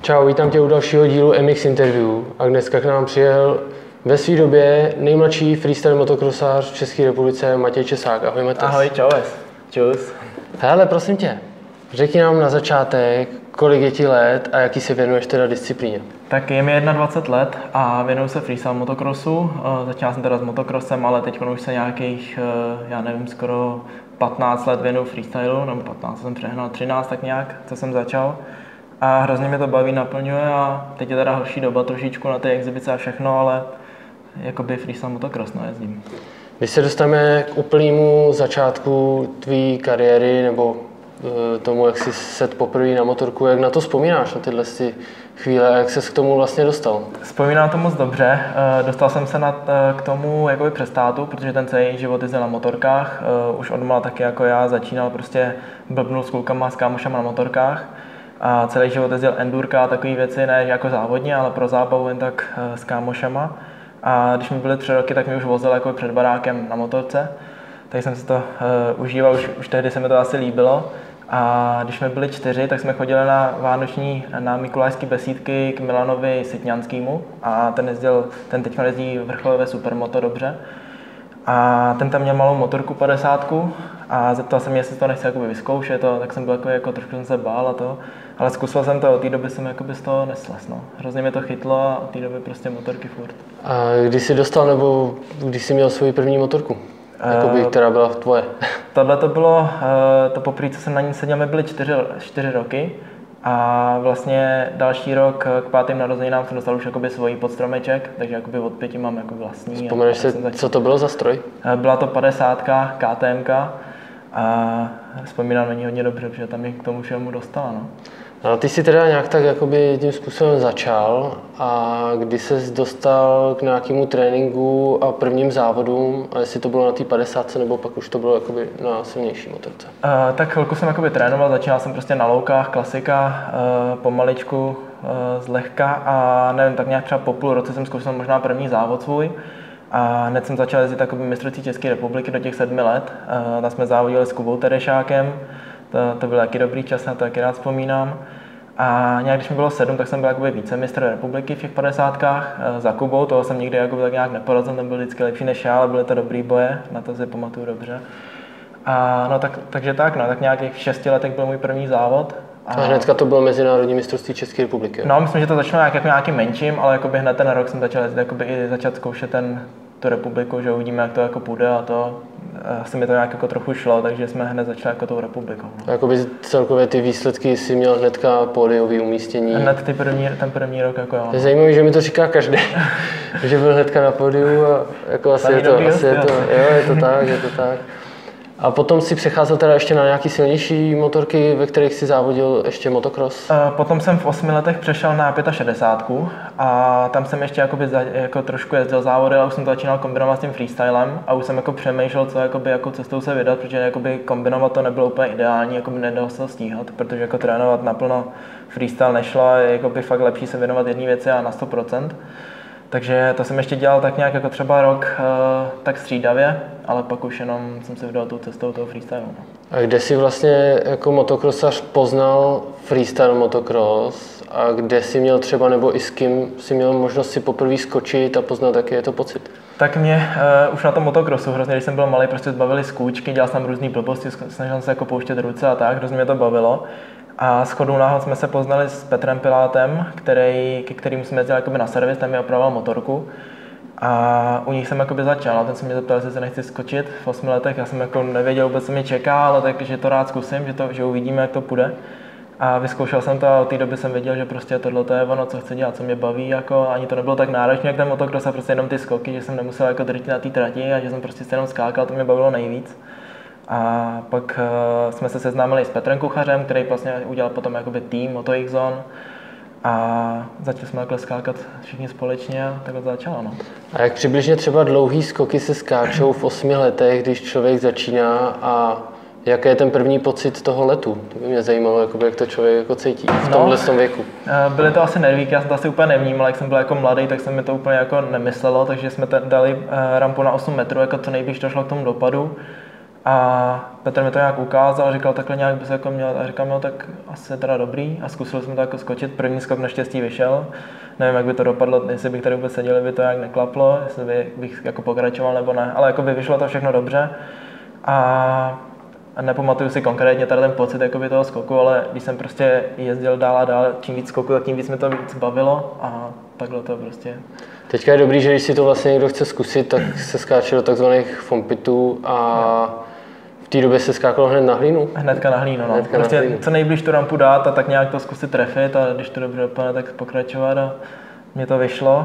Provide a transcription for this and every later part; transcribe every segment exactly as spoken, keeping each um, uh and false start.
Čau, vítám tě u dalšího dílu M X Interview a dneska k nám přijel ve své době nejmladší freestyle motokrosář v České republice Matěj Česák. Ahoj Matěj. Ahoj, čau. Čus. Hele, prosím tě, řekni nám na začátek, kolik je ti let a jaký se věnuješ teda disciplíně. Tak je mi dvacet jedna let a věnuju se freestyle motokrosu. Začal jsem teda s motokrosem, ale teď už se nějakých, já nevím, skoro patnáct let věnuju freestylu, nebo patnáct jsem přehnal, třináct tak nějak, co jsem začal. A hrozně mě to baví, naplňuje a teď je teda horší doba trošičku na ty exibice a všechno, ale jakoby freestyle motocross, no, jezdím. Když se dostaneme k úplnému začátku tvý kariéry nebo tomu, jak jsi set poprvé na motorku, jak na to vzpomínáš, na tyhle chvíle a jak ses k tomu vlastně dostal? Vzpomínám to moc dobře. Dostal jsem se na, k tomu jakoby přes tátu, protože ten celý život jezdil na motorkách. Už odmala taky jako já začínal prostě blbnout s klukama, s kámošama na motorkách. A celý život jezdil endurka a takové věci, ne jako závodně, ale pro zábavu jen tak s kámošama. A když mi byly tři roky, tak mi už vozil jako před barákem na motorce. Tak jsem si to uh, užíval, už, už tehdy se mi to asi líbilo. A když jsme byli čtyři, tak jsme chodili na vánoční, na mikulášské besídky k Milanovi Sytňanskému. A ten jezdil, ten teď jezdí vrcholově supermoto dobře. A ten tam měl malou motorku padesátku a zeptal jsem mě, jestli to nechci jakoby vyzkoušet, to, tak jsem byl jako, jako trošku jsem se bál a to. Ale zkusil jsem to, od té doby jsem jakoby z toho neslez, no. Hrozně mě to chytlo a od té doby prostě motorky furt. A kdy jsi dostal, nebo když jsi měl svoji první motorku? Jakoby, která byla tvoje? Tohle to bylo, to poprvé, co jsem na ní seděl, mi byly čtyři, čtyři roky. A vlastně další rok k pátým narozeninám jsem dostal už jakoby svůj podstromeček, takže jakoby od pěti mám jako vlastní. Vzpomeneš si, co to bylo za stroj? Byla to padesátka, K T M ka a vzpomínám na ní hodně dobře, protože tam mě k tomu všemu dostala. No. No, ty jsi teda nějak tak jakoby tím způsobem začal a kdy ses dostal k nějakému tréninku a prvním závodům, a jestli to bylo na té padesátce nebo pak už to bylo jakoby na silnější motorce? Uh, tak chvilku jsem jakoby trénoval, začínal jsem prostě na loukách, klasika, uh, pomaličku, uh, zlehka a nevím, tak nějak třeba po půl roce jsem zkoušel možná první závod svůj. A hned jsem začal jezdit takový mistrovství České republiky do těch sedmi let. Uh, tam jsme závodili s Kubou Terešákem. To, to byl taky dobrý čas, na to taky rád vzpomínám. A nějak když mi bylo sedm, tak jsem byl jakoby vícemistr republiky v těch padesátkách za Kubou, toho jsem nikdy jakoby tak nějak neporazil, ten byl vždycky lepší než já, ale byly to dobrý boje, na to si pamatuju dobře. A no tak, takže tak, no, tak nějakých v šesti letech byl můj první závod. A, a hnedka to bylo mezinárodní mistrovství České republiky? No, myslím, že to začalo nějak, jako nějakým menším, ale jakoby hned ten rok jsem začal jakoby i začat zkoušet ten, tu republiku, že uvidíme, jak to jako půjde a to. Asi mi to nějak jako trochu šlo, takže jsme hned začali jako tou republikou. No. Jakoby celkově ty výsledky jsi měl hnedka pódiový umístění? Hned ty první, ten první rok jako jo. Je zajímavé, že mi to říká každý, že byl hnedka na pódiu a jako asi je to, asi je to, jo, je to tak, je to tak. A potom si přecházel teda ještě na nějaký silnější motorky, ve kterých si závodil ještě motocross? Potom jsem v osmi letech přešel na šedesát pět a tam jsem ještě jakoby za, jako trošku jezdil závody, ale už jsem to začínal kombinovat s tím freestylem a už jsem jako přemýšlel, co jakoby jako cestou se vydat, protože jakoby kombinovat to nebylo úplně ideální, jakoby nedalo se to stíhat, protože jako trénovat naplno freestyle nešlo a je jakoby fakt lepší se věnovat jedné věci a na sto procent. Takže to jsem ještě dělal tak nějak jako třeba rok uh, tak střídavě, ale pak už jenom jsem se vydal tou cestou toho freestylu. No. A kde jsi vlastně jako motokrosař poznal freestyle motocross a kde jsi měl třeba nebo i s kým jsi měl možnost si poprvé skočit a poznat, jaký je to pocit? Tak mě uh, už na tom motokrosu hrozně, když jsem byl malý, prostě zbavili zkoučky, dělal jsem různý blbosti, snažil jsem se jako pouštět ruce a tak, hrozně mě to bavilo. A shodou náhod jsme se poznali s Petrem Pilátem, který, ke kterému jsme jezdili jakoby na servis, tam mi opravoval motorku. A u nich jsem jakoby začal, a ten se mě zeptal, jestli se nechci skočit v osmi letech. Já jsem jako nevěděl vůbec, co mě čeká, ale tak, že to rád zkusím, že, to, že uvidíme, jak to půjde. A vyzkoušel jsem to a od té doby jsem věděl, že prostě tohle je ono, co chci dělat, co mě baví. Jako, ani to nebylo tak náročné, jak ten motocross, a prostě jenom ty skoky, že jsem nemusel jako drtit na té trati a že jsem prostě jenom skákal, to mě bavilo nejvíc. A pak uh, jsme se seznámili s Petrem Kuchařem, který vlastně udělal potom jakoby tým Moto X Zone. A začali jsme takhle skákat všichni společně a takhle začalo. No. A jak přibližně třeba dlouhý skoky se skáčou v osmi letech, když člověk začíná a jaký je ten první pocit toho letu? To by mě zajímalo, jakoby, jak to člověk jako cítí v tomhle no, věku. Byly to asi nervíky, já jsem to asi úplně nevnímal, jak jsem byl jako mladý, tak se mi to úplně jako nemyslelo, takže jsme dali rampu na osm metrů, jako co nejblíž to šlo k tomu dopadu. A Petr mi to nějak ukázal, říkal, takhle nějak bys jako měl, a říkám, no tak asi teda dobrý. A zkusil jsem to jako skočit, první skok naštěstí vyšel. Nevím, jak by to dopadlo, jestli bych tady vůbec seděl, by to nějak neklaplo, jestli by, bych jako pokračoval nebo ne, ale jako by vyšlo to všechno dobře. A nepamatuju si konkrétně tady ten pocit jakoby toho skoku, ale když jsem prostě jezdil dál a dál, čím víc skoku, tak tím víc mi to víc bavilo a takhle to prostě. Teďka je dobrý, že když si to vlastně někdo chce zkusit, tak se skáče do takzvaných fompitů a v té době se skákalo hned na hlínu? Hnedka na hlínu, no. Hnedka prostě na hlínu. Co nejblíž tu rampu dát a tak nějak to zkusit trefit a když to dobře dopadne, tak pokračovat a mě to vyšlo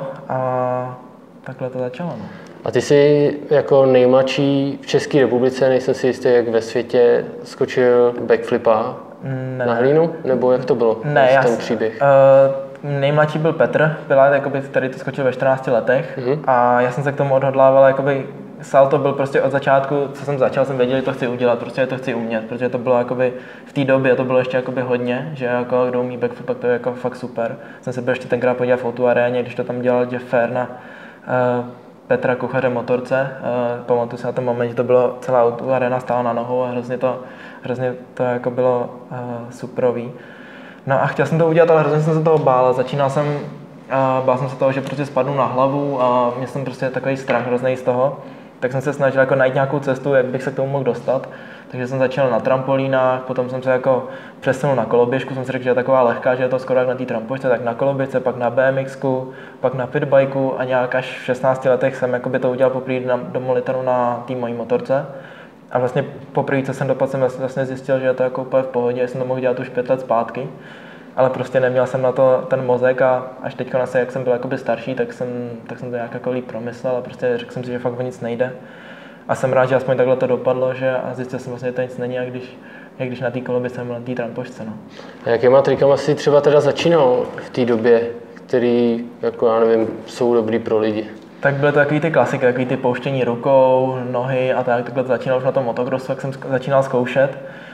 a takhle to začalo. No. A ty jsi jako nejmladší v České republice, nejsem si jistý, jak ve světě, skočil backflipa ne. na hlínu? Nebo jak to bylo? Ne, já ten příběh? Uh, nejmladší byl Petr, byla, jakoby, který to skočil ve čtrnácti letech mm-hmm. a já jsem se k tomu odhodlával, jakoby salto byl prostě od začátku, co jsem začal, jsem věděl, že to chci udělat, prostě to chci umět, protože to bylo jakoby v té době to bylo ještě jakoby hodně, že jako kdo umí backflip, tak to je jako fakt super. Jsem se byl ještě tenkrát podívat v O dva aréně, když to tam dělal Jeff Fair na uh, Petra Kuchaře motorce. Uh, pamatuju si na ten moment, že to bylo, celá O dva aréna stála na nohou a hrozně to, hrozně to jako bylo uh, superový. No a chtěl jsem to udělat, ale hrozně jsem se toho bál. Začínal jsem, uh, bál jsem se toho, že prostě spadnu na hlavu a měl jsem prostě takový strach hrozný z toho. Tak jsem se snažil jako najít nějakou cestu, jak bych se k tomu mohl dostat. Takže jsem začal na trampolínách, potom jsem se jako přesunul na koloběžku, jsem si řekl, že je taková lehká, že je to skoro jak na té trampočce, tak na koloběžce, pak na B M X ku, pak na pitbajku a nějak až v šestnácti letech jsem jakoby to udělal poprvé do Molitanu na té mojí motorce. A vlastně poprvé, co jsem dopadl, jsem vlastně zjistil, že je to jako úplně v pohodě, že jsem to mohl dělat už pět let zpátky. Ale prostě neměl jsem na to ten mozek a až teďka asi, jak jsem byl jakoby starší, tak jsem, tak jsem to nějak jako líp promyslel a prostě řekl jsem si, že fakt o nic nejde. A jsem rád, že aspoň takhle to dopadlo, že a zjistil jsem vlastně, že to nic není, jak když, jak když na té koloběžce nebo na té trampošce. No. A jakýma trikama jsi třeba teda začínal v té době, který, jako já nevím, jsou dobrý pro lidi? Tak byly to takový ty klasiky, takový ty pouštění rukou, nohy a tak, takhle to začínal už na tom motocrossu, jak jsem začínal zkoušet.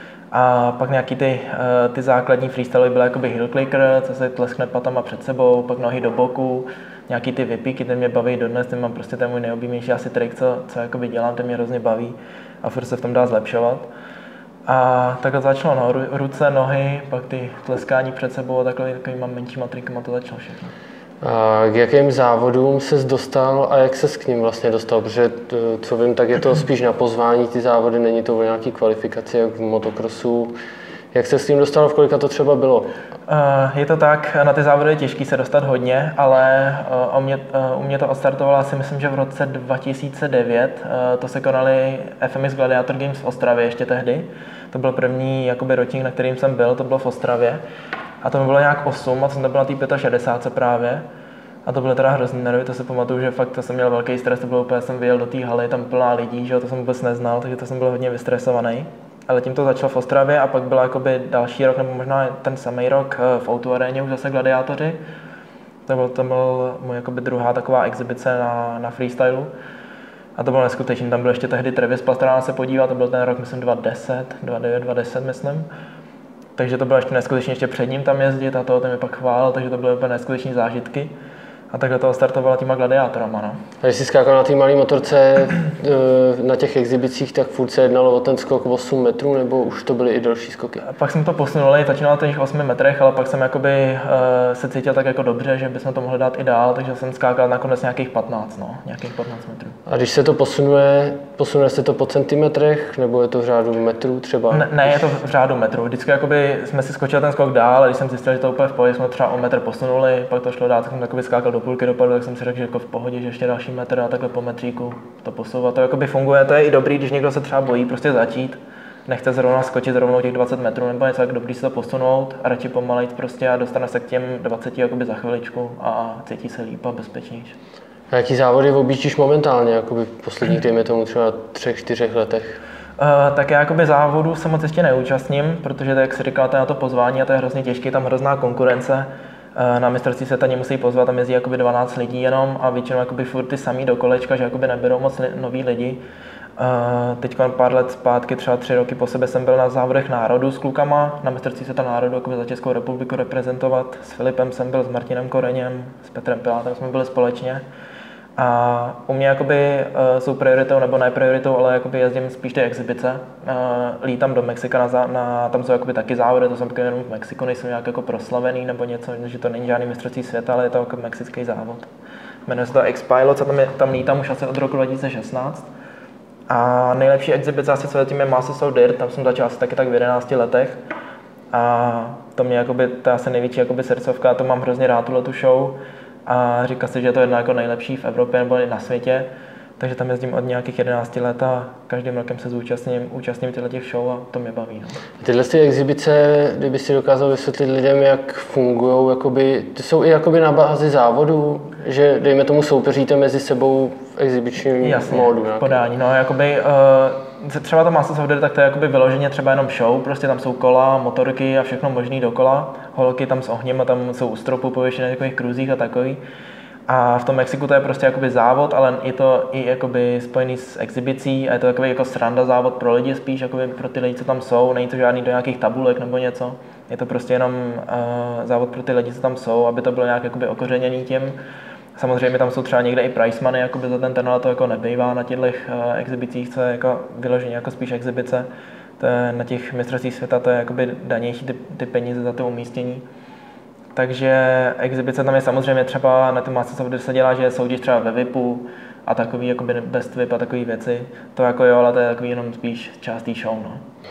A pak nějaký ty, ty základní freestyle byly jakoby heel clicker, co se tleskne patama před sebou, pak nohy do boku, nějaký ty vypíky, ten mě baví dodnes, ten mám prostě ten můj nejoblíbenější asi trik, co, co jakoby dělám, ten mě hrozně baví a furt se v tom dá zlepšovat. A takhle začalo, no, ruce, nohy, pak ty tleskání před sebou a takhle takovýma menšíma trikama to začalo všechno. A k jakým závodům ses dostal a jak ses k ním vlastně dostal? Protože to, co vím, tak je to spíš na pozvání ty závody, není to o nějaký kvalifikaci jak v motocrossu. Jak se s tím dostal, v kolika to třeba bylo? Uh, je to tak, na ty závody je těžký se dostat hodně, ale uh, u, mě, uh, u mě to odstartovalo asi myslím, že v roce dva tisíce devět. Uh, to se konaly F M X Gladiator Games v Ostravě ještě tehdy. To byl první jakoby ročník, na kterým jsem byl, to bylo v Ostravě. A to mi bylo nějak osm a jsem to byl na té šedesát pět právě. A to byly teda hrozný nervy, to si pamatuju, že fakt to jsem měl velký stres, to bylo úplně, jsem vyjel do té haly, tam plná lidí, že jo, to jsem vůbec neznal, takže to jsem byl hodně vystresovaný. Ale tím to začalo v Ostravě a pak byl jakoby další rok, nebo možná ten samý rok v O dva aréně už zase gladiátoři. To byl, to byl můj jakoby druhá taková exibice na, na freestylu. A to bylo neskutečné, tam byl ještě tehdy Travis Pastrana se podívat, to byl ten rok myslím dva tisíce deset, dva tisíce devět, dva tisíce deset myslím. Takže to bylo ještě neskutečně ještě před ním tam jezdit a toho ten mi pak chválil, takže to byly úplně neskutečné zážitky. A takhle to startovala těma gladiátorama, no. A když jsi skákal na té malé motorce na těch exhibicích, tak furt se jednalo o ten skok osm metrů, nebo už to byly i další skoky? A pak jsme to posunuli, začínalo to těch osmi metrech, ale pak jsem jakoby uh, se cítil tak jako dobře, že bychom to mohli dát i dál, takže jsem skákal nakonec nějakých patnáct, no, nějakých patnáct metrů. A když se to posunuje, posunuje se to po centimetrech, nebo je to v řádu metrů třeba? Ne, ne, je to v řádu metrů. Vždycky jakoby jsme si skočili ten skok dál, a když jsem zjistil, že to úplně v pohodě, jsme třeba o metr posunuli, pak to šlo dát, tak jsem skákal do půlky dopadu, tak jsem si řekl, že jako v pohodě, že ještě další metr a takhle po metříku to posouvat. To jakoby funguje, to je i dobrý, když někdo se třeba bojí prostě začít, nechce zrovna skočit rovnou těch dvacet metrů nebo něco, tak dobrý se to posunout a radši pomalejt prostě a dostane se k těm dvaceti jakoby za chviličku a cítí se líp a bezpečnější. A jaký závody objíždíš momentálně, jakoby v posledních, dejme tomu třeba třech, čtyřech letech? Uh, tak já jakoby závodu se moc ještě neúčastním, protože jak si říkal, to je na to pozvání a to je hrozně těžké, tam hrozná konkurence. Uh, na mistrovství světa nemusí pozvat, tam jezdí jakoby dvanáct lidí jenom a většinou jakoby furt ty samý do kolečka, že jakoby neberou moc li, noví lidi. Uh, teď pár let zpátky, třeba tři roky po sebe jsem byl na závodech národů s klukama, na mistrovství světa národů jakoby za Českou republiku reprezentovat. S Filipem jsem byl, s Martinem Koreněm, s Petrem Pilátem jsme byli společně. A u mě jakoby uh, jsou prioritou, nebo ne prioritou, ale jakoby jezdím spíš ty exibice. Uh, lítám do Mexika, na, zá, na, tam jsou jakoby taky závody, to jsem jenom v Mexiku, nejsou nějak jako proslavený nebo něco, že to není žádný mistrovství světa, ale je to jako mexický závod. Jmenuje se to X-Pilots a tam, je, tam lítám už asi od roku dva tisíce šestnáct. A nejlepší exibice asi co tím je Masters of Dirt, tam jsem začal asi taky tak v jedenácti letech. A to mě jakoby, to je asi největší jakoby srdcovka, to mám hrozně rád tuhle tu show. A říká se, že je to jedna jako nejlepší v Evropě nebo na světě, takže tam jezdím od nějakých jedenácti let a každým rokem se zúčastním, účastním těchto těch show a to mě baví. No. Tyhle ty exibice, kdyby si dokázal vysvětlit lidem, jak fungují, jakoby, ty jsou i jakoby na bázi závodu, že dejme tomu soupeříte mezi sebou v exibičním Jasně, módu. v podání, no jakoby, uh, třeba to Masters of Dirt, tak to je jakoby vyloženě třeba jenom show, prostě tam jsou kola, motorky a všechno možný dokola, holky tam s ohněm a tam jsou u stropu pověšené na takových kruzích a takový. A v tom Mexiku to je prostě jakoby závod, ale je to i jakoby spojený s exibicí a je to takový jako sranda závod pro lidi spíš, jakoby pro ty lidi, co tam jsou, není to žádný do nějakých tabulek nebo něco. Je to prostě jenom uh, závod pro ty lidi, co tam jsou, aby to bylo nějak jakoby okořeněný tím. Samozřejmě tam jsou třeba někde i prize money, jakoby za ten ten, ale to jako nebývá na těchto uh, exibicích, co je jako vyloženě jako spíš exibice. To je na těch mistrovstvích světa, to je jakoby danější ty, ty peníze za to umístění. Takže exibice tam je samozřejmě třeba na tom Masters of Dirt se dělá, že soudíš třeba ve VIPu a takový jakoby best VIP a takové věci. To jako jo, ale to je takový jenom spíš část té show, no.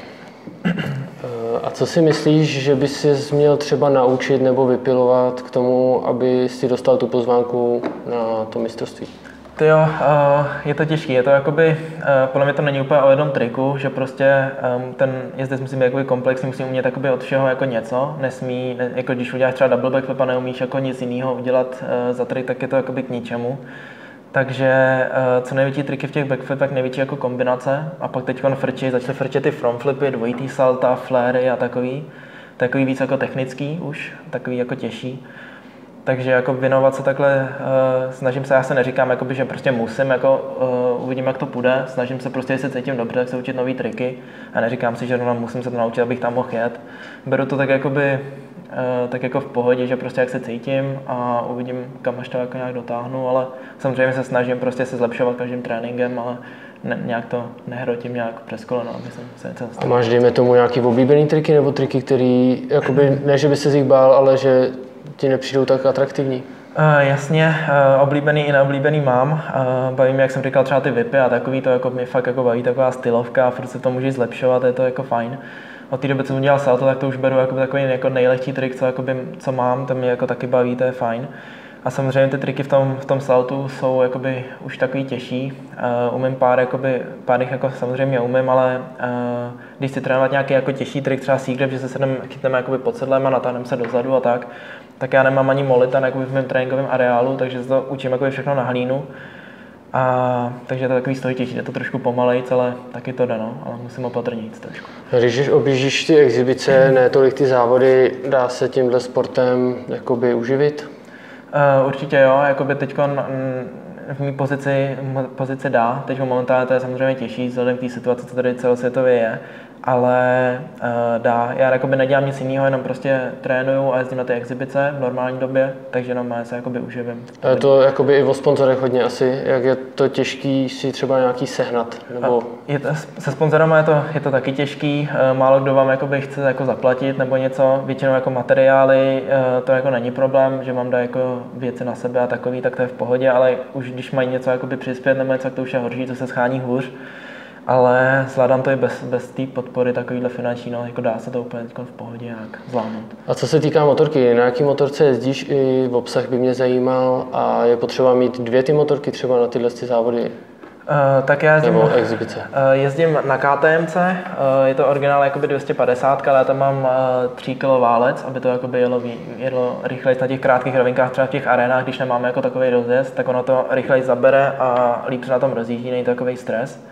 A co si myslíš, že by si měl třeba naučit nebo vypilovat k tomu, aby si dostal tu pozvánku na to mistrovství? To jo, je to těžké, je to jakoby, podle mě to není úplně o jednom triku, že prostě ten jezdec musí být jakoby komplexní, musí umět jakoby od všeho jako něco, nesmí, jako když uděláš třeba double backflip a neumíš jako nic jiného udělat za trik, tak je to jakoby k ničemu. Takže co největší triky v těch backflipech, největší jako kombinace a pak teď frčí, začaly frčet ty frontflipy, dvojitý salta, fléry a takový, takový víc jako technický už, takový jako těžší. Takže jako věnovat se takhle, uh, snažím se, já se neříkám, jakoby, že prostě musím, jako, uh, uvidím, jak to půjde, snažím se prostě, jestli cítím dobře, tak se učit nový triky a neříkám si, že no, musím se to naučit, abych tam mohl jet. Beru to tak, jakoby, uh, tak jako v pohodě, že prostě jak se cítím a uvidím, kam až to jako nějak dotáhnu, ale samozřejmě se snažím prostě se zlepšovat každým tréninkem, ale ne, nějak to nehrotím nějak přes koleno, aby jsem se něco zastavil. A máš, dejme tomu, nějaký oblíbený triky nebo triky, který, jakoby, ne, že by se jich bál, ale že ti nepřijdou tak atraktivní? Uh, jasně, uh, oblíbený i neoblíbený mám. Uh, baví mě, jak jsem říkal, třeba ty vipy a takový, to jako mě fakt jako baví, taková stylovka, furt se to může zlepšovat, je to jako fajn. Od té doby, co jsem dělal salto, tak to už beru jako takový jako nejlehčí trik, co, jakoby, co mám, to mě jako taky baví, to je fajn. A samozřejmě ty triky v tom, v tom saltu jsou jakoby už takový těžší. Uh, umím pár, jakoby, pár jich jako samozřejmě umím, ale uh, když si trénovat nějaký jako těžší trik, třeba sea grab, že se sedem, chytneme jakoby pod sedlem a natáhneme se dozadu a tak, tak já nemám ani molitan jakoby v mém tréninkovém areálu, takže se to učím jakoby všechno na hlínu. A, takže to je takový složitější, je to trošku pomalejc, ale taky to jde, no, ale musím opatrnějc trošku. Když objíždíš ty exibice, ne tolik ty závody, dá se tímhle sportem jakoby uživit? Uh, určitě jo, jakoby teďko v mý pozici, pozici dá, teď momentálně to je samozřejmě těžší vzhledem k té situaci, co tady celosvětově je, ale uh, dá. Já jakoby nedělám nic jiného, jenom prostě trénuju a jezdím na ty exibice v normální době, takže jenom se jakoby uživím. A je to jakoby i o sponzorech hodně asi, jak je to těžký si třeba nějaký sehnat? Nebo... Je to, se sponzorama je to, je to taky těžký, málo kdo vám jakoby chce jako zaplatit nebo něco, většinou jako materiály, to jako není problém, že vám dá jako věci na sebe a takový, tak to je v pohodě, ale už když mají něco jakoby přispět nebo něco, tak to už je horší, to se schání hůř. Ale zvládám to i bez, bez té podpory takovýhle finanční, no, jako dá se to úplně v pohodě nějak zvládnout. A co se týká motorky, na jaký motorce jezdíš, i v obsah by mě zajímal a je potřeba mít dvě ty motorky třeba na tyhle závody? Uh, tak já jezdím, nebo exibice? Uh, jezdím na K T M C, uh, je to originál jakoby dvě stě padesát, ale já tam mám uh, tři kilo válec, aby to jakoby jelo, jelo rychleji na těch krátkých rovinkách, třeba v těch arenách, když nemáme jako takový rozjezd, tak ono to rychleji zabere a líp se na tom rozjíždí, není takový stres.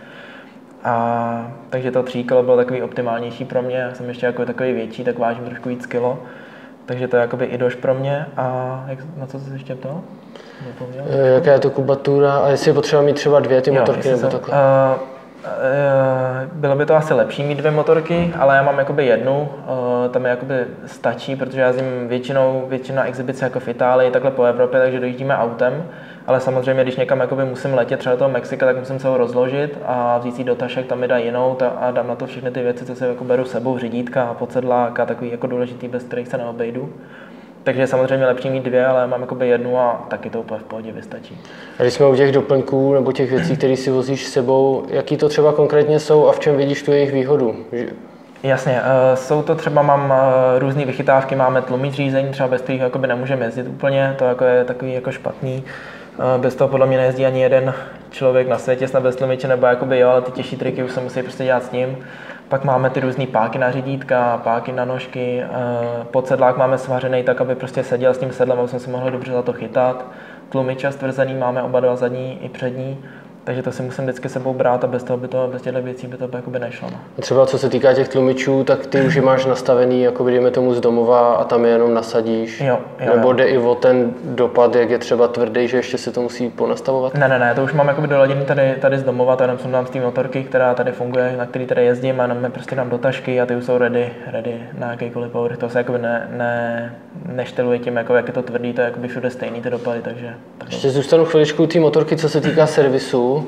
A takže to tří kilo bylo takový optimálnější pro mě, já jsem ještě jako takový větší, tak vážím trošku víc kilo, takže to je jakoby i doš pro mě. A jak, na co jsi ještě ptal? Jaká je to kubatura a jestli je potřeba mít třeba dvě ty motorky jo, nebo se, takhle? Uh, Bylo by to asi lepší mít dvě motorky, ale já mám jakoby jednu, tam je jakoby stačí, protože já jezdím většinou, většina exibice jako v Itálii, takhle po Evropě, takže dojíždíme autem, ale samozřejmě, když někam jakoby musím letět třeba do toho Mexika, tak musím se ho rozložit a vzít si do tašek, tam mi dá jinou a dám na to všechny ty věci, co si jako beru sebou, řídítka, podsedlák a takový jako důležitý, bez kterých se neobejdu. Takže je samozřejmě lepší mít dvě, ale mám jakoby jednu a taky to úplně v pohodě vystačí. A když jsme u těch doplňků nebo těch věcí, které si vozíš s sebou, jaký to třeba konkrétně jsou a v čem vidíš tu jejich výhodu? Jasně, jsou to třeba, mám různé vychytávky, máme tlumič řízení, třeba bez kterých jakoby nemůžeme jezdit úplně, to jako je takový jako špatný. Bez toho podle mě nejezdí ani jeden člověk na světě snad bez tlumiče, nebo jakoby jo, ale ty těžší triky už se musí prostě dělat s ním. Pak máme ty různý páky na řídítka, páky na nožky, podsedlák máme svařený tak, aby prostě seděl s tím sedlem, aby jsme si mohli dobře za to chytat. Tlumiče stvrzený máme oba dva zadní i přední, takže to si musím vždycky sebou brát a bez toho by to, bez těchto věcí by to jakoby nešlo. No. Třeba co se týká těch tlumičů, tak ty už je máš nastavený, jako dejme tomu z domova a tam je jenom nasadíš? Jo, jo, Nebo jo. jde i o ten dopad, jak je třeba tvrdý, že ještě se to musí ponastavovat? Ne, ne, ne, to už mám jakoby doladěný tady, tady z domova, to jenom jsem tam z té motorky, která tady funguje, na který tady jezdím a jenom mi prostě dám do tašky a ty už jsou ready, ready na jakýkoliv povrch. To se jakoby ne, ne, nešteluje tím, jako jak je to tvrdý, to je jakoby všude stejný ty dopady, takže... takže... Ještě zůstanu chviličku u té motorky, co se týká servisu.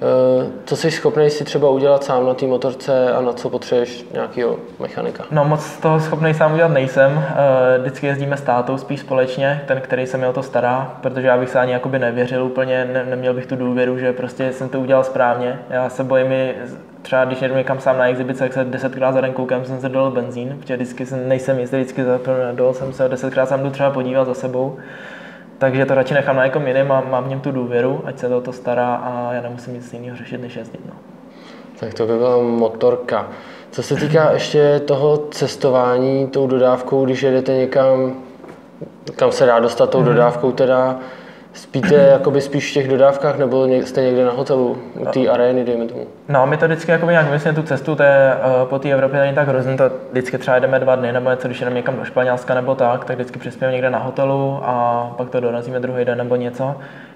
Co jsi schopný si třeba udělat sám na té motorce a na co potřebuješ nějakého mechanika? No moc toho schopný sám udělat nejsem. Vždycky jezdíme s tátou spíš společně, ten, který se mi o to stará, protože já bych se ani jakoby nevěřil úplně, ne, neměl bych tu důvěru, že prostě jsem to udělal správně. Já se bojím i třeba, když jedu někam sám na exibici, tak se desetkrát za den koukám, jsem se dolil benzín, protože vždycky jsem, nejsem jistý, vždycky dolil jsem se, desetkrát jsem jdu třeba podívat za sebou. Takže to radši nechám na někom jiném a mám v něm tu důvěru, ať se to, to stará a já nemusím nic jiného řešit, než jezdit. No. Tak to by byla motorka. Co se týká ještě toho cestování tou dodávkou, když jedete někam, kam se dá dostat tou dodávkou, teda spíte jakoby spíš v těch dodávkách nebo jste někde na hotelu, u té arény, dejme tomu? No, my to vždycky jakoby nějak myslím tu cestu, to je, uh, po té Evropě není tak hrozný, to vždycky třeba jdeme dva dny nebo něco, když jdeme někam do Španělska nebo tak, tak vždycky přispějeme někde na hotelu a pak to dorazíme druhý den nebo něco.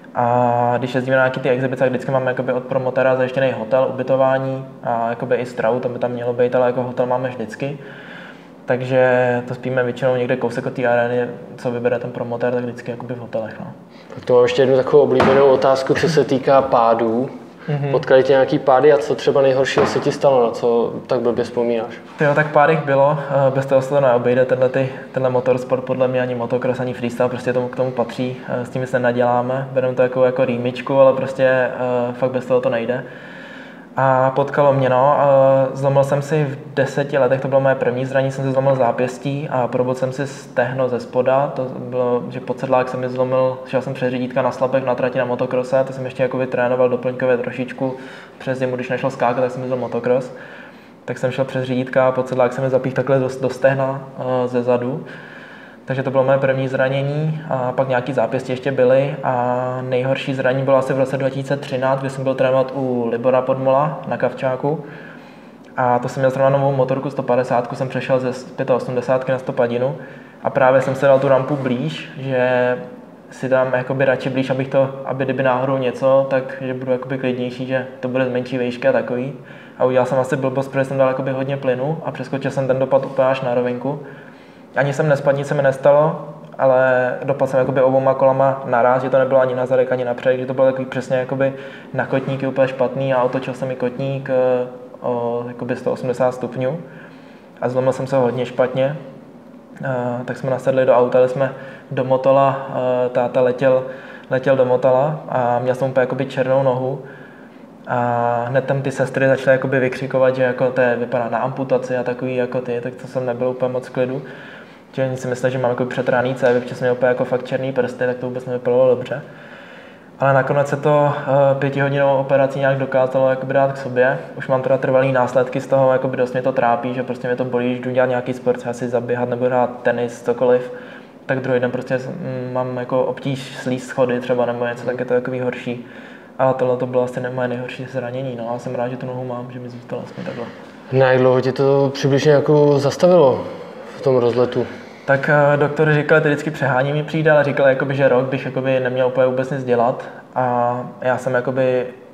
A když jezdíme na nějaké ty exibice, tak vždycky máme jakoby od promotéra zajištěný hotel, ubytování a jakoby i stravu, to by tam mělo být, ale jako hotel máme vždycky. Takže to spíme většinou někde kousek od té arény, co vybere ten promotér, tak vždycky jakoby v hotelech. No. Tak to mám ještě jednu takovou oblíbenou otázku, co se týká pádů. Mm-hmm. Potkali tě nějaký pády a co třeba nejhoršího se ti stalo, na co tak blbě vzpomínáš? Tyjo, tak pár jich bylo, bez toho se to neobejde, tenhle, ty, tenhle motorsport podle mě ani motocross, ani freestyle, prostě tomu, k tomu patří, s tím se nenaděláme, bereme to jako, jako rýmičku, ale prostě fakt bez toho to nejde. A potkalo mě, no, zlomil jsem si v deseti letech, to bylo moje první zranění, jsem si zlomil zápěstí a probodl jsem si stehno ze spoda, to bylo, že podsedlák jsem mi zlomil, šel jsem přes řídítka na slapek na trati na motokrose, to jsem ještě jakoby trénoval doplňkově trošičku, přes zimu, když nešel skákat, tak jsem jezdil motokros, tak jsem šel přes řídítka a podsedlák jsem mi zapích takhle do, do stehna ze zadu. Takže to bylo moje první zranění a pak nějaký zápěstí ještě byly a nejhorší zranění bylo asi v roce dva tisíce třináct, kdy jsem byl trénovat u Libora Podmola na Kavčáku a to jsem měl zrovna novou motorku sto padesát, jsem přešel ze osmdesát pět na sto padinu a právě jsem se dal tu rampu blíž, že si dám jakoby radši blíž, abych to, aby kdyby náhodou něco, tak že budu jakoby klidnější, že to bude z menší výšky a takový. A udělal jsem asi blbost, protože jsem dal jakoby hodně plynu a přeskočil jsem ten dopad úplně až na rovinku. Ani jsem nespadl, nic se mi nestalo, ale dopadl jsem jakoby oboma kolama naraz, že to nebylo ani na zadek, ani napřed, že to bylo takový přesně jakoby na kotníky úplně špatný a otočil jsem mi kotník o jakoby sto osmdesát stupňů a zlomil jsem se hodně špatně. Tak jsme nasedli do auta, jsme do Motola, táta letěl, letěl do Motola a měl jsem úplně jakoby černou nohu. A hned tam ty sestry začaly jakoby vykřikovat, že jako to je, vypadá na amputaci a takový jako ty, tak to jsem nebyl úplně moc v klidu. Že oni si mysleli, že mám jako přetrhaný cévy, protože jsem měl úplně jako fakt černý prsty, tak to vůbec nevypadalo dobře. Ale nakonec se to uh, pětihodinovou operací nějak dokázalo jakoby dát k sobě. Už mám teda trvalý následky z toho, jakoby dost mě to trápí, že prostě mě to bolí, když jdu dělat nějaký sport, asi zaběhat nebo hrát tenis, cokoliv. Tak druhý den prostě mám jako obtíž slízt schody třeba nebo něco, tak je to takový horší. Ale tohle to bylo asi moje nejhorší zranění, no a jsem rád, že tu nohu mám, že mi zůstalo aspoň takhle. Na jak dlouho tě to přibližně jako zastavilo v tom rozletu? Tak doktor říkal, že vždycky přehání mi přijde, ale říkal, jakoby, že rok bych jakoby neměl úplně vůbec nic dělat. A já jsem jakoby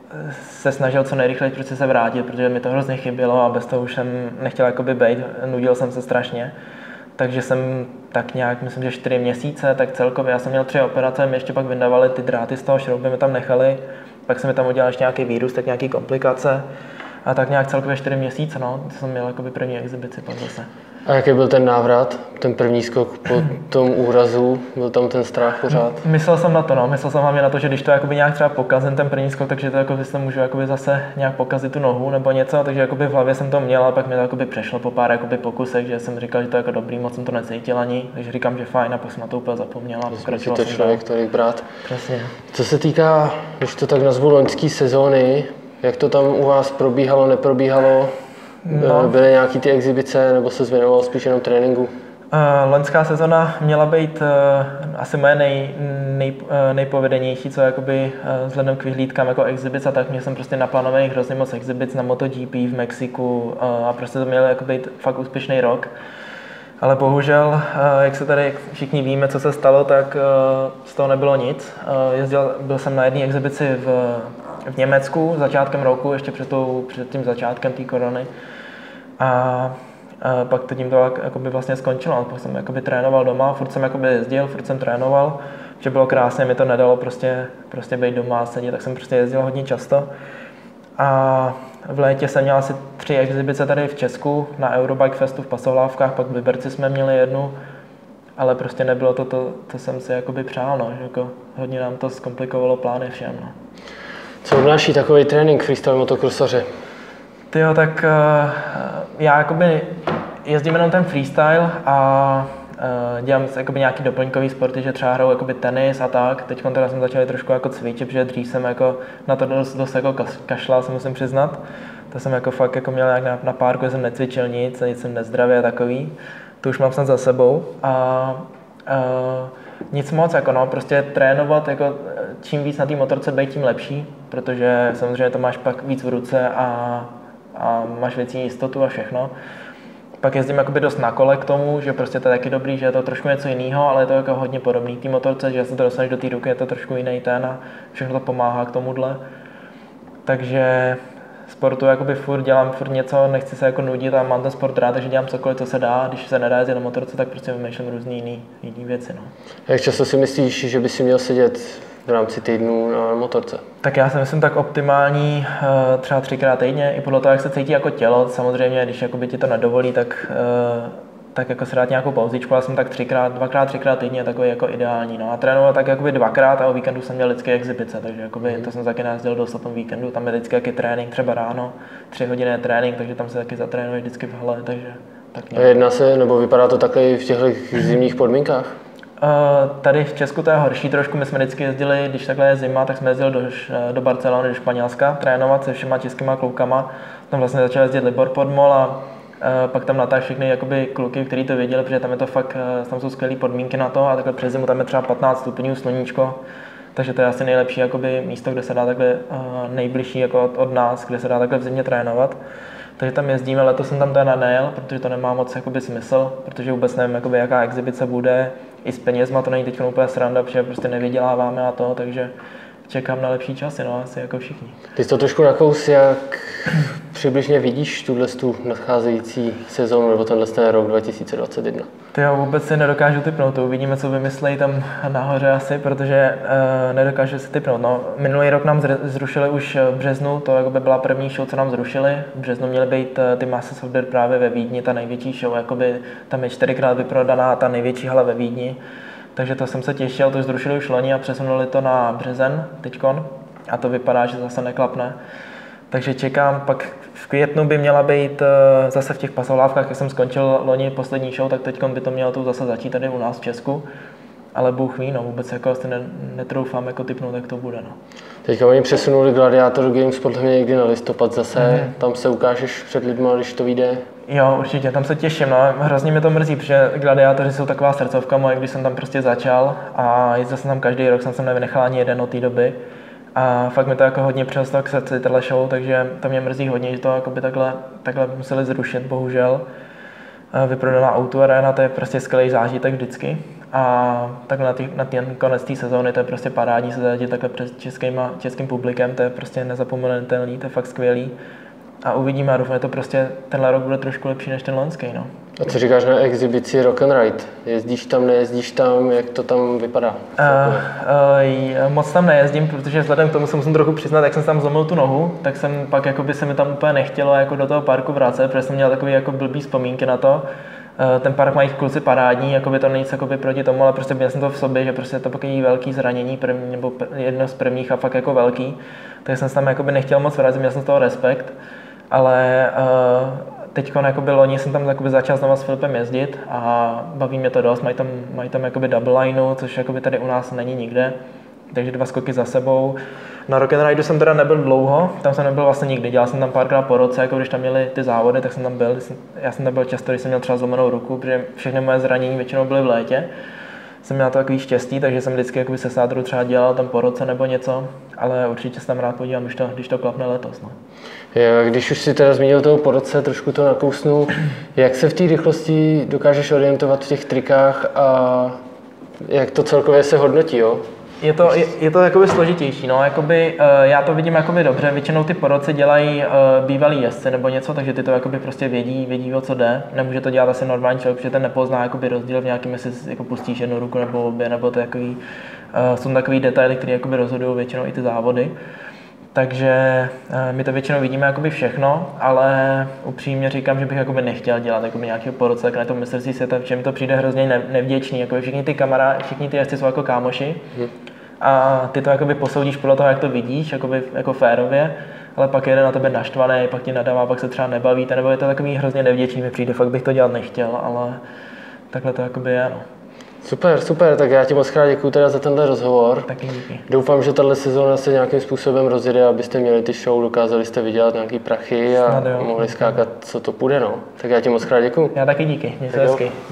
se snažil co nejrychleji prostě se vrátit, protože mi to hrozně chybělo a bez toho už jsem nechtěl jakoby bejt, nudil jsem se strašně. Takže jsem tak nějak, myslím, že čtyři měsíce, tak celkově, já jsem měl tři operace, mi ještě pak vyndavali ty dráty z toho šrouby, mi tam nechali, pak jsem mi tam udělal ještě nějaký vírus, tak nějaký komplikace a tak nějak celkově čtyři měsíce, no, to jsem měl jakoby první exibici pak zase. A jaký byl ten návrat, ten první skok po tom úrazu, byl tam ten strach pořád? Myslel jsem na to, no, myslel jsem hlavně na to, že když to jakoby nějak třeba pokazím ten první skok, takže to jakoby se můžu jakoby zase nějak pokazit tu nohu nebo něco, takže jakoby v hlavě jsem to měl a pak mi to jakoby přešlo po pár jakoby pokusech, že jsem říkal, že to je jako dobrý, moc jsem to necítil ani, takže říkám, že fajn a pak jsem na to úplně zapomněl a pokračoval jsem to člověk tolik brát. Přesně. Co se týká, když to tak nazvu, loňské sezóny, jak to tam u vás probíhalo, neprobíhalo? No. Byly nějaký ty exibice, nebo se zvěnoval spíš jenom tréninku? Uh, loňská sezona měla být uh, asi moje nej, nej, uh, nejpovedenější, co jakoby uh, vzhledem k vyhlídkám jako exibice, tak měl jsem prostě naplánovaných hrozně moc exibic na MotoGP v Mexiku uh, a prostě to měl jako být fakt úspěšný rok. Ale bohužel, uh, jak se tady všichni víme, co se stalo, tak uh, z toho nebylo nic. Uh, jezdil, byl jsem na jedné exibici v, v Německu začátkem roku, ještě před, tou, před tím začátkem té korony. A A pak to tím to jakoby vlastně skončilo, pak jsem jakoby trénoval doma, furt jsem jakoby jezdil, furt jsem trénoval, že bylo krásně, mi to nedalo prostě, prostě být doma a sedět, tak jsem prostě jezdil hodně často. A v létě jsem měl asi tři exibice tady v Česku, na Eurobike Festu v Pasohlávkách, pak v Liberci jsme měli jednu, ale prostě nebylo to, to, to jsem si jakoby přál, no, že jako hodně nám to zkomplikovalo plány všem. No. Co obnáší takový trénink freestyle motocrossaře? Tyjo, tak uh, já jakoby jezdím jenom ten freestyle a uh, dělám jakoby nějaký doplňkový sporty, že třeba hraju jakoby tenis a tak. Teď teda jsem začal trošku jako cvičit, protože dřív jsem jako na to dost, dost jako kašlal, se musím přiznat. To jsem jako fakt jako měl nějak na, na párku, že jsem necvičil nic, nic jsem nezdravý a takový. To už mám snad za sebou a uh, nic moc, jako no, prostě trénovat, jako čím víc na té motorce být, tím lepší, protože samozřejmě to máš pak víc v ruce a a máš věcí jistotu a všechno. Pak jezdím jakoby dost na kole k tomu, že prostě to je taky dobrý, že je to trošku něco jiného, ale je to jako hodně podobný té motorce, že se to dostaneš do té ruky, je to trošku jiný ten a všechno to pomáhá k tomuhle. Takže sportu jakoby furt dělám furt něco, nechci se jako nudit a mám ten sport rád, takže dělám cokoliv, co se dá. Když se nedá jezdit na motorce, tak prostě vymýšlím různý jiný, jiný věci. No. Jak často si myslíš, že by si měl sedět v rámci týdnu na motorce? Tak já si myslím tak optimální třeba třikrát týdně, i podle toho, jak se cítí jako tělo. Samozřejmě, když jakoby ti to nedovolí, tak, tak jako si dát nějakou pauzičku. Já jsem tak třikrát, dvakrát, třikrát týdně takový jako ideální. No a trénoval tak jakoby dvakrát a o víkendu jsem měl vždycky exibice, takže jakoby to jsem taky najezdil dost o tom víkendu. Tam je vždycky jaký trénink, třeba ráno, tři hodiny trénink, takže tam se taky zatrénuje vždycky v hale, takže tak a jedná se, nebo vypadá to takhle v těchto zimních podmínkách? Uh, tady v Česku to je horší trošku, my jsme vždycky jezdili, když takhle je zima, tak jsme jezdili do, do Barcelony, do Španělska trénovat se všema českýma klukama. Tam vlastně začal jezdit Libor Podmol a uh, pak tam natáhl všechny jakoby kluky, kteří to věděli, protože tam je to fakt, uh, tam jsou skvělé podmínky na to a takhle přes zimu tam je třeba patnáct stupňů, sluníčko, takže to je asi nejlepší jakoby místo, kde se dá takhle uh, nejbližší jako od, od nás, kde se dá takhle v zimě trénovat. Takže tam jezdíme, letos jsem tam teda nejel, protože to nemá moc jakoby smysl, protože vůbec nevím, jakoby, jaká exibice bude. I s penězma to není teď úplně sranda, protože prostě nevyděláváme a to, takže čekám na lepší časy, no asi jako všichni. Ty jsi to trošku nakous, jak přibližně vidíš tuhle tu nadcházející sezónu nebo tenhle ten rok dva tisíce dvacet jedna? Ty jo, vůbec si nedokážu typnout, to uvidíme, co vymyslejí tam nahoře asi, protože uh, nedokážu si typnout. No, minulý rok nám zrušili už v březnu, to jako by byla první show, co nám zrušili. V březnu měly být uh, ty Masters of Dirt právě ve Vídni, ta největší show, jakoby tam je čtyřikrát vyprodaná ta největší hala ve Vídni. Takže to jsem se těšil, to zrušili už loni a přesunuli to na březen teďkon a to vypadá, že zase neklapne. Takže čekám, pak v květnu by měla být zase v těch Pasohlávkách, jak jsem skončil loni poslední show, tak teďkon by to mělo tu zase začít tady u nás v Česku. Ale Bůh ví, no, vůbec jako asi netroufám jako typnout, jak to bude. No. Teďka oni přesunuli Gladiator Games podle mě někdy na listopad zase, mm-hmm. Tam se ukážeš před lidma, když to vyjde. Jo, určitě, tam se těším, no. Hrozně mě to mrzí, protože Gladiátoři jsou taková srdcovka moje, když jsem tam prostě začal a jezdil jsem tam každý rok, jsem sem nevynechal ani jeden od té doby. A fakt mi to jako hodně přestalo k srdci tohle show, takže to mě mrzí hodně, že to jakoby takhle, takhle museli zrušit, bohužel. Vyprodaná Auto Arena, to je prostě skvělý zážitek vždycky. A takhle na, tý, na ten konec té sezóny, to je prostě parádní se zajetit takhle před českýma, českým publikem, to je prostě nezapomenutelný, to je fakt skvělý. A uvidíme a doufám, že to prostě tenhle rok bude trošku lepší než ten loňský, no. A co říkáš na exibici Rock and Ride? Jezdíš tam, nejezdíš tam, jak to tam vypadá? Uh, uh, moc tam nejezdím, protože vzhledem k tomu se musím trochu přiznat, jak jsem tam zlomil tu nohu, tak jsem pak jakoby se mi tam úplně nechtělo jako do toho parku vracet, protože jsem měl takový jako blbý vzpomínky na to. Uh, ten park mají kluci parádní, jakoby to není nic jakoby proti tomu, ale prostě měl jsem to v sobě, že prostě je to takový velký zranění, první, nebo jedno z prvních a fakt jako velký, takže jsem se tam jakoby nechtěl moc vracet, měl jsem z toho respekt, ale uh, teď jakoby loni jsem tam jakoby začal znova s Filipem jezdit a baví mě to dost, mají tam, mají tam jakoby double lineu, což jakoby tady u nás není nikde, takže dva skoky za sebou. Na Rock and Rideu jsem teda nebyl dlouho, tam jsem nebyl vlastně nikdy, dělal jsem tam párkrát po roce, jako když tam měli ty závody, tak jsem tam byl, já jsem tam byl často, když jsem měl třeba zlomenou ruku, protože všechny moje zranění většinou byly v létě. Jsem měl takový štěstí, takže jsem vždycky jakoby se sádru třeba dělal tam po roce nebo něco, ale určitě se tam rád podívám, když to, když to klapne letos. No. Jo, když už si teda zmínil toho po roce, trošku to nakousnu, jak se v té rychlosti dokážeš orientovat v těch trikách a jak to celkově se hodnotí, jo? Je to, je, je to jakoby složitější, no, jakoby, uh, já to vidím jakoby dobře, většinou ty poroci dělají uh, bývalý jezdci nebo něco, takže ty to jakoby prostě vědí, vědí, o co jde, nemůže to dělat asi normální člověk, protože ten nepozná jakoby rozdíl v nějakém, jestli jako pustíš jednu ruku nebo obě, nebo to jakový, uh, jsou takový detaily, které jakoby rozhodují většinou i ty závody. Takže uh, my to většinou vidíme jakoby všechno, ale upřímně říkám, že bych jakoby nechtěl dělat jakoby nějakého porodce na tom mistrovství světa, protože mi to přijde hrozně ne- nevděčný, jakoby všichni ty kamarádi, všichni ty jezdci jsou jako kámoši hmm. a ty to jakoby posoudíš podle toho, jak to vidíš, jakoby jako férově, ale pak jede na tebe naštvaný, pak ti nadává, pak se třeba nebavíte, nebo je to takový hrozně nevděčný, mi přijde, fakt bych to dělat nechtěl, ale takhle to jakoby je, no. Super, super, tak já ti moc krát děkuju teda za tenhle rozhovor. Taky díky. Doufám, že tahle sezóna se nějakým způsobem rozjede, abyste měli ty show, dokázali jste vydělat nějaký prachy a Snad jo, mohli skákat, co to půjde, no. Tak já ti moc krát děkuju. Já taky díky, měj se hezky.